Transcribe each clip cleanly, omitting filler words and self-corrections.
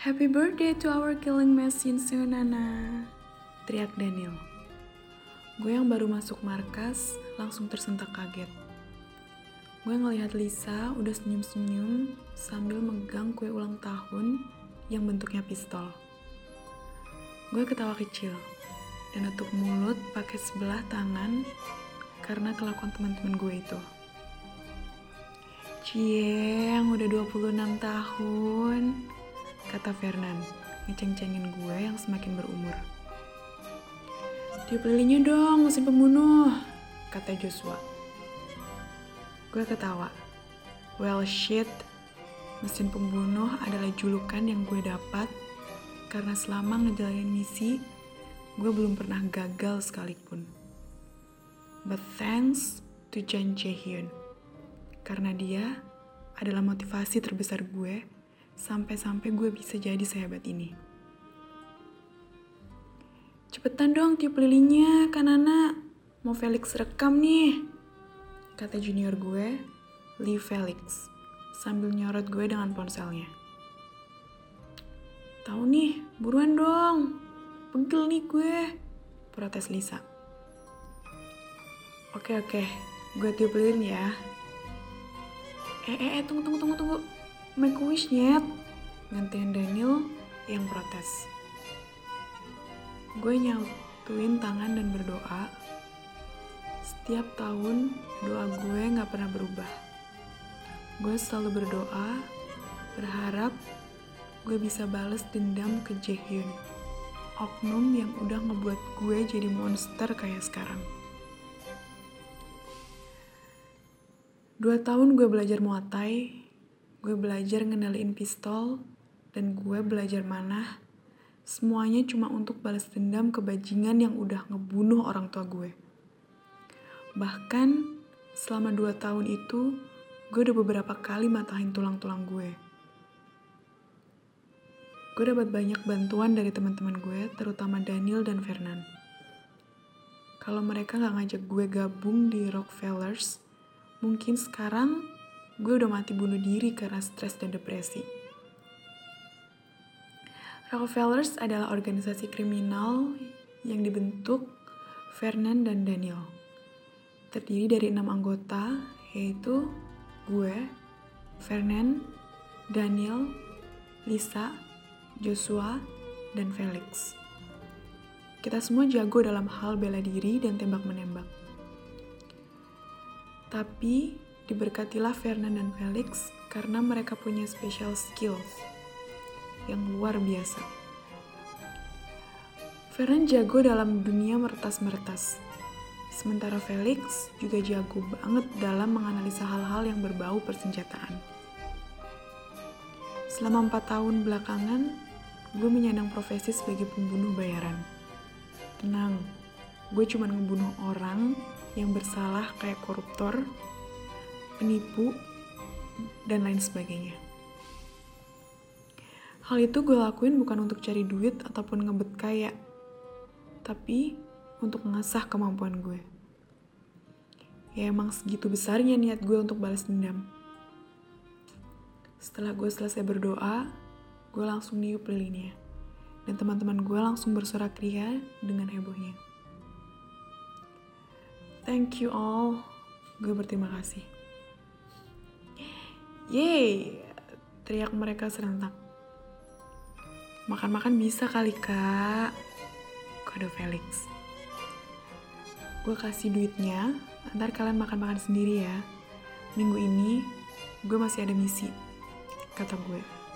Happy birthday to our killing machine Sunana, teriak Daniel. Gue yang baru masuk markas langsung tersentak kaget. Gue ngelihat Lisa udah senyum-senyum sambil megang kue ulang tahun yang bentuknya pistol. Gue ketawa kecil dan nutup mulut pakai sebelah tangan karena kelakuan teman-teman gue itu. Cie, yang udah 26 tahun, kata Fernan, ngeceng-cengin gue yang semakin berumur. Tiup lilinnya dong, mesin pembunuh, kata Joshua. Gue ketawa. Well shit, mesin pembunuh adalah julukan yang gue dapat karena selama ngejalanin misi, gue belum pernah gagal sekalipun. But thanks to Jang Jae-hyun, karena dia adalah motivasi terbesar gue sampai-sampai gue bisa jadi sehebat ini. Cepetan dong tiup lilinnya, Kanana. Mau Felix rekam nih, kata junior gue, Lee Felix, sambil nyorot gue dengan ponselnya. Tahu nih, buruan dong. Pegel nih gue, protes Lisa. Oke, gue tiup lilin ya. Tunggu. Make a wish nyet, gantiin Daniel yang protes. Gue nyatuin tangan dan berdoa. Setiap tahun doa gue gak pernah berubah. Gue selalu berdoa, berharap gue bisa bales dendam ke Jaehyun, oknum yang udah ngebuat gue jadi monster kayak sekarang. 2 tahun gue belajar Muay Thai, gue belajar ngendaliin pistol, dan gue belajar manah. Semuanya cuma untuk balas dendam ke bajingan yang udah ngebunuh orang tua gue. Bahkan selama 2 tahun itu, gue udah beberapa kali matahin tulang-tulang gue. Gue dapat banyak bantuan dari teman-teman gue, terutama Daniel dan Fernan. Kalau mereka gak ngajak gue gabung di Rockefellers, mungkin sekarang gue udah mati bunuh diri karena stres dan depresi. Rockefellers adalah organisasi kriminal yang dibentuk Fernan dan Daniel. Terdiri dari 6 anggota, yaitu gue, Fernan, Daniel, Lisa, Joshua, dan Felix. Kita semua jago dalam hal bela diri dan tembak-menembak. Tapi diberkatilah Fernan dan Felix karena mereka punya special skills yang luar biasa. Fernan jago dalam dunia meretas-meretas. Sementara Felix juga jago banget dalam menganalisa hal-hal yang berbau persenjataan. Selama 4 tahun belakangan, gue menyandang profesi sebagai pembunuh bayaran. Tenang, gue cuma ngebunuh orang yang bersalah kayak koruptor, penipu, dan lain sebagainya. Hal itu gue lakuin bukan untuk cari duit ataupun ngebet kaya, tapi untuk mengasah kemampuan gue. Ya emang segitu besarnya niat gue untuk balas dendam. Setelah gue selesai berdoa, gue langsung niup lilinnya. Dan teman-teman gue langsung bersorak ria dengan hebohnya. Thank you all. Gue berterima kasih. Yeay, teriak mereka serentak. Makan-makan bisa kali, Kak, kode Felix. Gue kasih duitnya, ntar kalian makan-makan sendiri ya. Minggu ini gue masih ada misi, kata gue.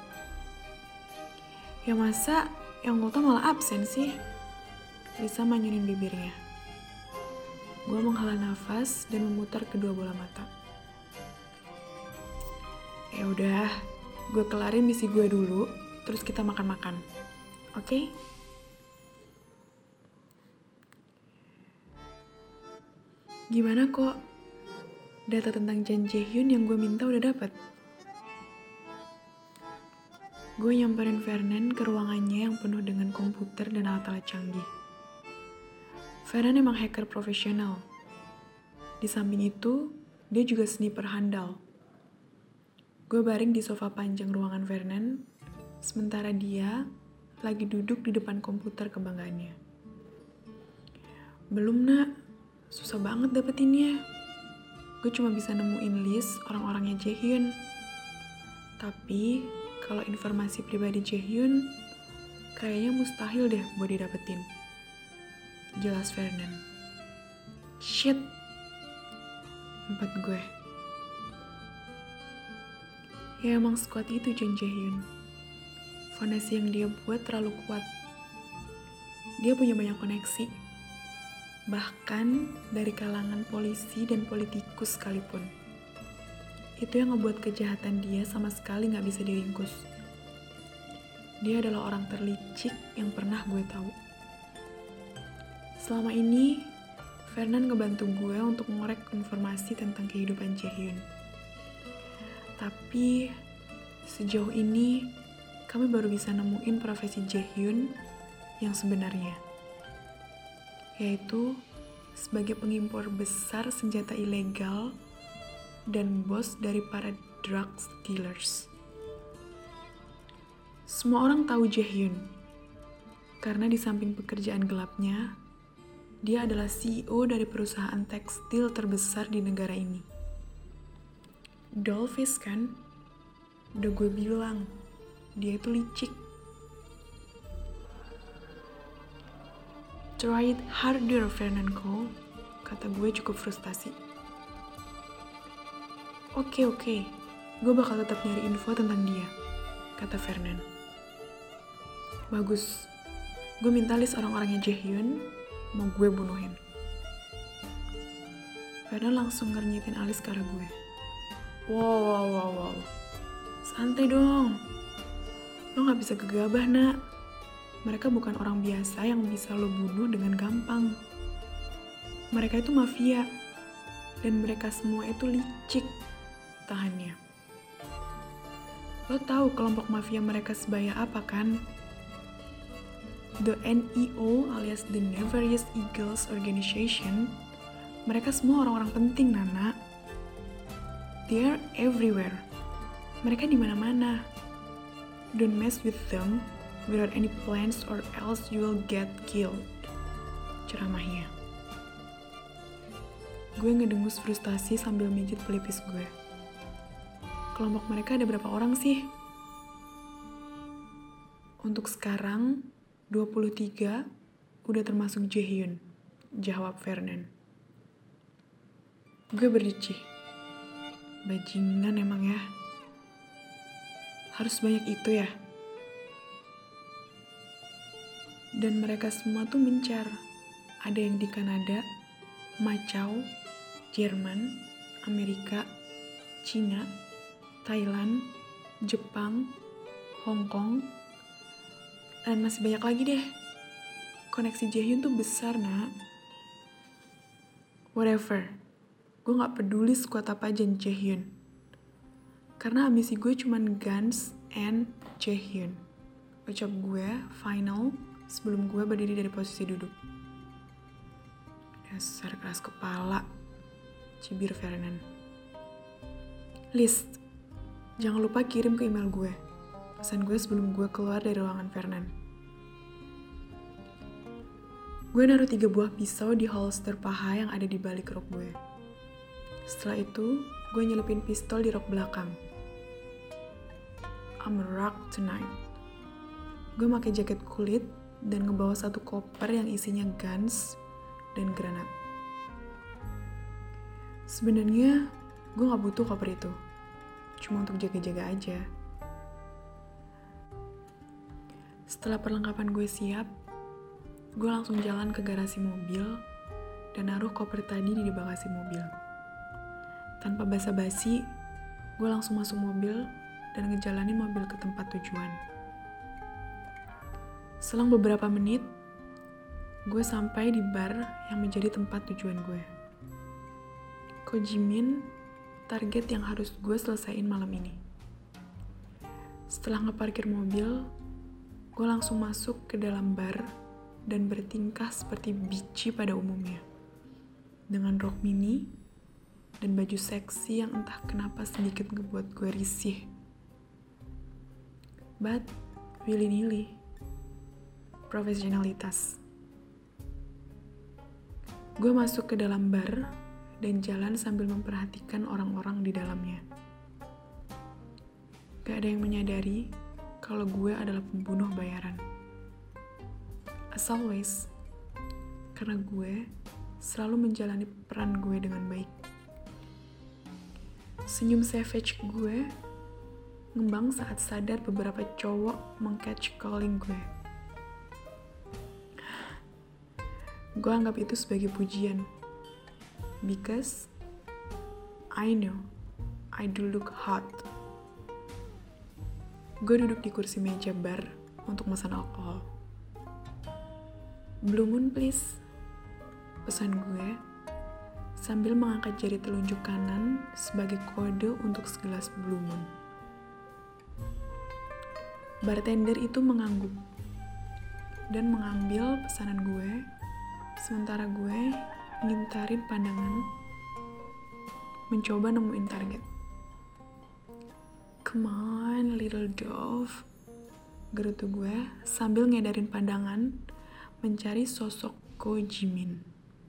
Ya masa yang ulta malah absen sih? Lisa manyunin bibirnya. Gue menghela nafas dan memutar kedua bola mata. Ya udah, gue kelarin misi gue dulu, terus kita makan-makan. Oke? Gimana kok? Data tentang Jang Jae-hyun yang gue minta udah dapet? Gue nyamperin Fernan ke ruangannya yang penuh dengan komputer dan alat-alat canggih. Fernan emang hacker profesional. Di samping itu, dia juga sniper handal. Gue baring di sofa panjang ruangan Fernan, Sementara dia lagi duduk di depan komputer kebanggaannya. Belum nak, susah banget dapetinnya. Gue cuma bisa nemuin list orang-orangnya Jaehyun. Tapi kalau informasi pribadi Jaehyun, kayaknya mustahil deh buat didapetin. Jelas Fernand. Shit. Empat gue. Ya emang sekuat itu Jun Jaehyun. Fondasi yang dia buat terlalu kuat. Dia punya banyak koneksi. Bahkan dari kalangan polisi dan politikus sekalipun. Itu yang ngebuat kejahatan dia sama sekali gak bisa diringkus. Dia adalah orang terlicik yang pernah gue tahu. Selama ini, Fernand ngebantu gue untuk ngorek informasi tentang kehidupan Jaehyun. Tapi sejauh ini kami baru bisa nemuin profesi Jaehyun yang sebenarnya, yaitu sebagai pengimpor besar senjata ilegal dan bos dari para drugs dealers. Semua orang tahu Jaehyun karena di samping pekerjaan gelapnya, dia adalah CEO dari perusahaan tekstil terbesar di negara ini. Dollface kan? Udah gue bilang, dia itu licik. Try it harder, Fernand Cole, kata gue cukup frustasi. Oke, gue bakal tetap nyari info tentang dia, kata Fernand. Bagus, gue minta list orang-orangnya Jaehyun, mau gue bunuhin. Fernand langsung ngernyitin alis ke arah gue. Wow. Santai dong. Lo gak bisa gegabah, nak. Mereka bukan orang biasa yang bisa lo bunuh dengan gampang. Mereka itu mafia. Dan mereka semua itu licik. Tahannya. Lo tahu kelompok mafia mereka sebaya apa kan? The NEO alias The Nefarious Eagles Organization. Mereka semua orang-orang penting, Nana. They are everywhere. Mereka di mana-mana. Don't mess with them without any plans or else you will get killed. Ceramahnya. Gue ngedengus frustasi sambil mijit pelipis gue. Kelompok mereka ada berapa orang sih? Untuk sekarang, 23 udah termasuk Jaehyun, jawab Fernand. Gue berdicih. Bajingan emang ya. Harus banyak itu ya. Dan mereka semua tuh mencar. Ada yang di Kanada, Macau, Jerman, Amerika, Cina, Thailand, Jepang, Hong Kong, dan masih banyak lagi deh. Koneksi Jaehyun tuh besar, nak. Whatever. Gue gak peduli sekuat apa aja Jaehyun. Karena ambisi gue cuman Guns and Jaehyun. Ucap gue final sebelum gue berdiri dari posisi duduk. Dasar keras kepala. Cibir Fernand. List. Jangan lupa kirim ke email gue. Pesan gue sebelum gue keluar dari ruangan Fernand. Gue naruh 3 buah pisau di holster paha yang ada di balik rok gue. Setelah itu, gue nyelipin pistol di rok belakang. I'm a rock tonight. Gue pakai jaket kulit dan ngebawa 1 koper yang isinya guns dan granat. Sebenarnya, gue gak butuh koper itu. Cuma untuk jaga-jaga aja. Setelah perlengkapan gue siap, gue langsung jalan ke garasi mobil dan naruh koper tadi di bagasi mobil. Tanpa basa-basi, gue langsung masuk mobil dan ngejalanin mobil ke tempat tujuan. Selang beberapa menit, gue sampai di bar yang menjadi tempat tujuan gue. Ko Jimin, target yang harus gue selesaiin malam ini. Setelah ngeparkir mobil, gue langsung masuk ke dalam bar dan bertingkah seperti bici pada umumnya. Dengan rok mini dan baju seksi yang entah kenapa sedikit ngebuat gue risih. But willy-nilly. Profesionalitas. Gue masuk ke dalam bar dan jalan sambil memperhatikan orang-orang di dalamnya. Gak ada yang menyadari kalau gue adalah pembunuh bayaran. As always, karena gue selalu menjalani peran gue dengan baik. Senyum savage gue ngembang saat sadar beberapa cowok meng-catch calling gue. Gue anggap itu sebagai pujian. Because I know I do look hot. Gue duduk di kursi meja bar untuk pesan alkohol. Blue Moon please, pesan gue sambil mengangkat jari telunjuk kanan sebagai kode untuk segelas Blue Moon. Bartender itu mengangguk dan mengambil pesanan gue, sementara gue ngintarin pandangan, mencoba nemuin target. Come on, little dove, gerutu gue sambil ngedarin pandangan mencari sosok Ko Jimin.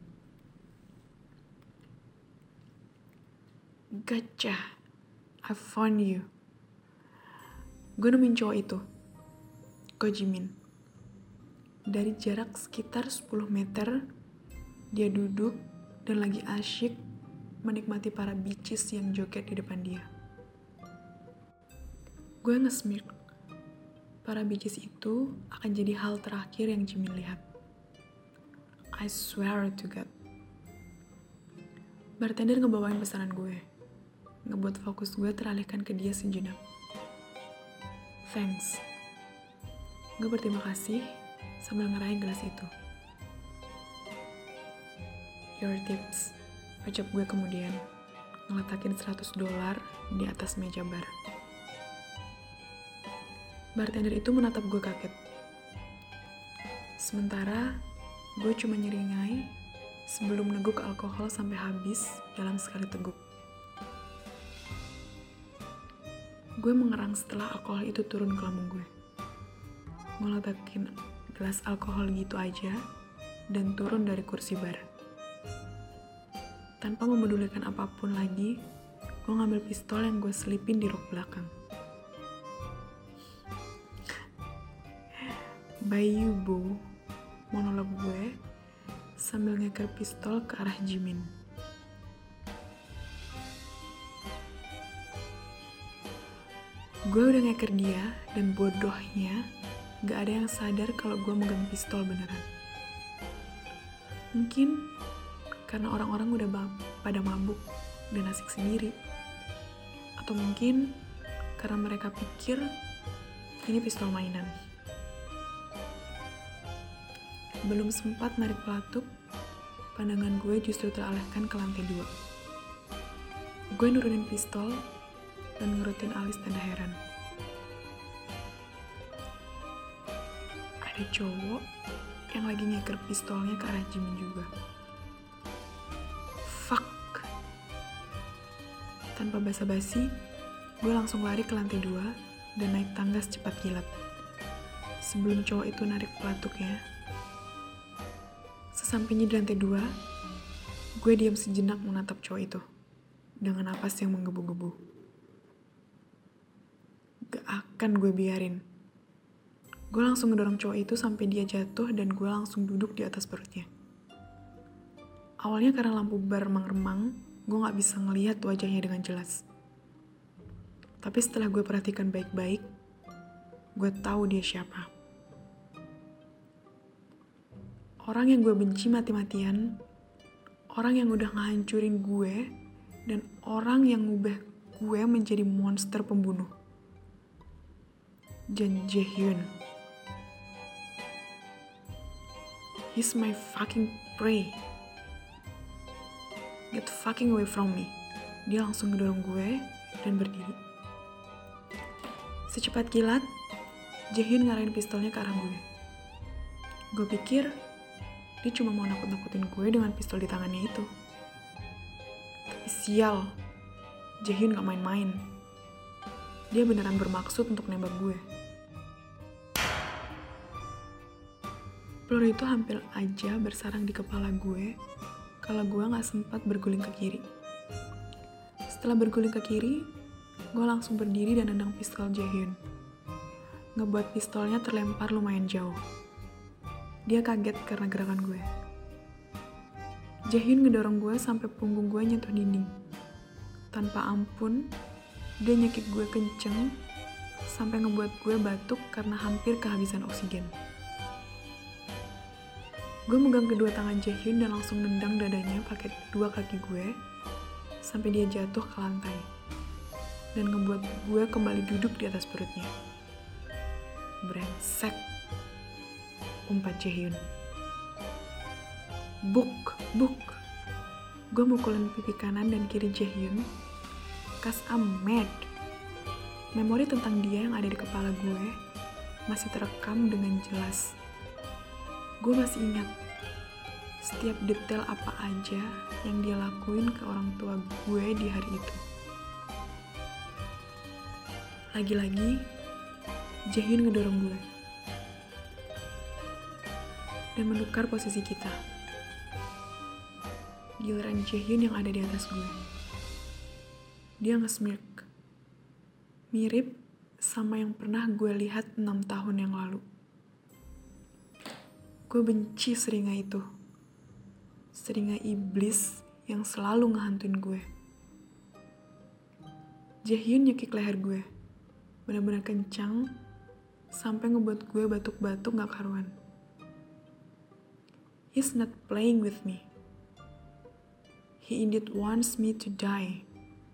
Gotcha, I found you. Gue nemuin cowok itu, Ko Jimin. Dari jarak sekitar 10 meter, dia duduk dan lagi asyik menikmati para bitches yang joget di depan dia. Gue nge-smirk. Para bitches itu akan jadi hal terakhir yang Jimin lihat. I swear to God. Bartender ngebawain pesanan gue, ngebuat fokus gue teralihkan ke dia sejenak. Thanks. Gue berterima kasih sambil ngeraih gelas itu. Your tips, ucap gue kemudian, ngeletakin $100 di atas meja bar. Bartender itu menatap gue kaget. Sementara gue cuma nyeringai sebelum neguk alkohol sampai habis dalam sekali teguk. Gue mengerang setelah alkohol itu turun ke lambung gue. Ngeletakin gelas alkohol gitu aja dan turun dari kursi bar. Tanpa memedulikan apapun lagi, gue ngambil pistol yang gue selipin di rok belakang. Bayu Bo, monolog gue sambil ngeker pistol ke arah Jimin. Gue udah ngeker dia dan bodohnya gak ada yang sadar kalau gue megang pistol beneran. Mungkin karena orang-orang udah pada mabuk dan asik sendiri. Atau mungkin karena mereka pikir ini pistol mainan. Belum sempat narik pelatuk, pandangan gue justru teralihkan ke lantai 2. Gue nurunin pistol dan ngerutin alis tanda heran. Ada cowok yang lagi nyeker pistolnya ke arah Jimin juga. Fuck. Tanpa basa-basi, gue langsung lari ke lantai 2 dan naik tangga secepat kilat. Sebelum cowok itu narik pelatuknya, sesampainya di lantai 2, gue diam sejenak menatap cowok itu dengan napas yang menggebu-gebu. Gak akan gue biarin. Gue langsung ngedorong cowok itu sampai dia jatuh dan gue langsung duduk di atas perutnya. Awalnya karena lampu bar remang-remang, gue gak bisa ngelihat wajahnya dengan jelas. Tapi setelah gue perhatikan baik-baik, gue tahu dia siapa. Orang yang gue benci mati-matian, orang yang udah ngehancurin gue, dan orang yang ngubah gue menjadi monster pembunuh. Jang Jae-hyun. He's my fucking prey. Get fucking away from me. Dia langsung ngedorong gue dan berdiri. Secepat kilat, Jae-hyun ngarahin pistolnya ke arah gue. Gue pikir dia cuma mau nakut-nakutin gue dengan pistol di tangannya itu. Tapi sial, Jae-hyun gak main-main. Dia beneran bermaksud untuk nembak gue. Peluru itu hampir aja bersarang di kepala gue kalau gue gak sempat berguling ke kiri. Setelah berguling ke kiri, gue langsung berdiri dan nendang pistol Jaehyun. Ngebuat pistolnya terlempar lumayan jauh. Dia kaget karena gerakan gue. Jaehyun ngedorong gue sampai punggung gue nyentuh dinding. Tanpa ampun, dia nyekik gue kenceng sampai ngebuat gue batuk karena hampir kehabisan oksigen. Gue megang kedua tangan Jaehyun dan langsung nendang dadanya pakai kedua kaki gue sampai dia jatuh ke lantai dan ngebuat gue kembali duduk di atas perutnya. Brengsek, umpat Jaehyun. Buk. Gue mukulin pipi kanan dan kiri Jaehyun, 'cause I'm mad. Memori tentang dia yang ada di kepala gue masih terekam dengan jelas. Gue masih ingat setiap detail apa aja yang dia lakuin ke orang tua gue di hari itu. Lagi-lagi, Jaehyun ngedorong gue dan menukar posisi kita. Giliran Jaehyun yang ada di atas gue. Dia nge-smirk. Mirip sama yang pernah gue lihat 6 tahun yang lalu. Gue benci seringai itu. Seringai iblis yang selalu ngehantuin gue. Jaehyun nyekik leher gue. Benar-benar kencang sampai ngebuat gue batuk-batuk gak karuan. He's not playing with me. He indeed wants me to die.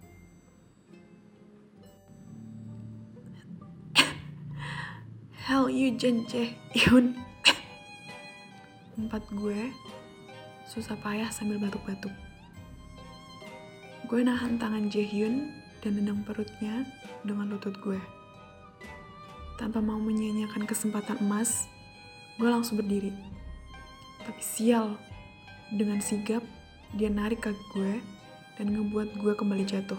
Hell you Jaehyun. Umpat gue susah payah sambil batuk-batuk. Gue nahan tangan Jaehyun dan nendang perutnya dengan lutut gue. Tanpa mau menyia-nyiakan kesempatan emas, gue langsung berdiri. Tapi sial, dengan sigap dia narik kaki gue dan ngebuat gue kembali jatuh.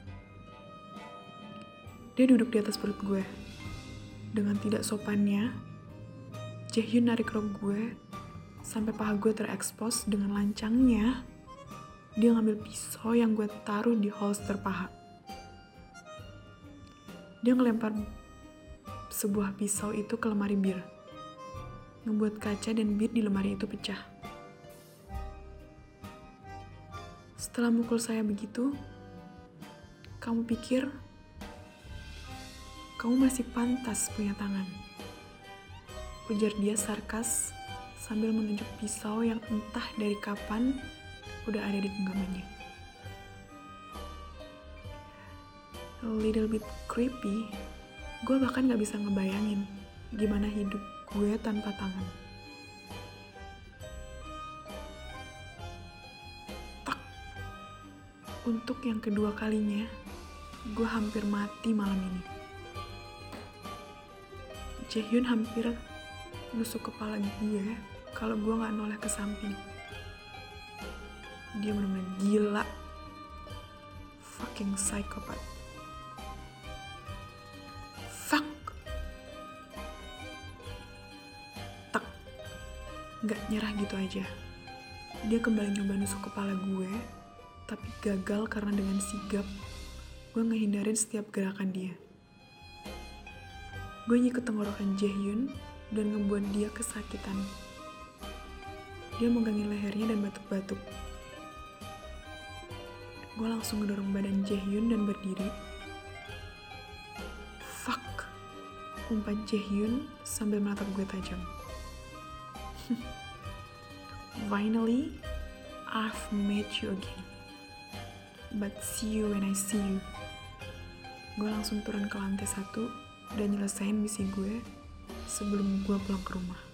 Dia duduk di atas perut gue. Dengan tidak sopannya, Jaehyun narik rok gue sampai paha gue terekspos. Dengan lancangnya, dia ngambil pisau yang gue taruh di holster paha. Dia ngelempar sebuah pisau itu ke lemari bir, ngebuat kaca dan bir di lemari itu pecah. Setelah mukul saya begitu, kamu pikir kamu masih pantas punya tangan? Ujar dia sarkas sambil menunjuk pisau yang entah dari kapan udah ada di genggamannya. A little bit creepy. Gue bahkan gak bisa ngebayangin gimana hidup gue tanpa tangan. Tak. Untuk yang kedua kalinya, gue hampir mati malam ini. Jaehyun hampir nusuk kepala gue kalau gue gak noleh ke samping. Dia benar-benar gila. Fucking psychopath. Fuck. Tak. Gak nyerah gitu aja. Dia kembali nyoba nusuk kepala gue, tapi gagal karena dengan sigap gue ngehindarin setiap gerakan dia. Gue nyikat tenggorokan Jaehyun dan ngebuat dia kesakitan. Dia megangin lehernya dan batuk-batuk. Gue langsung ngedorong badan Jaehyun dan berdiri. Fuck, umpat Jaehyun sambil menatap gue tajam. Finally, I've met you again. But see you when I see you. Gue langsung turun ke lantai 1 dan nyelesain misi gue sebelum gue pulang ke rumah.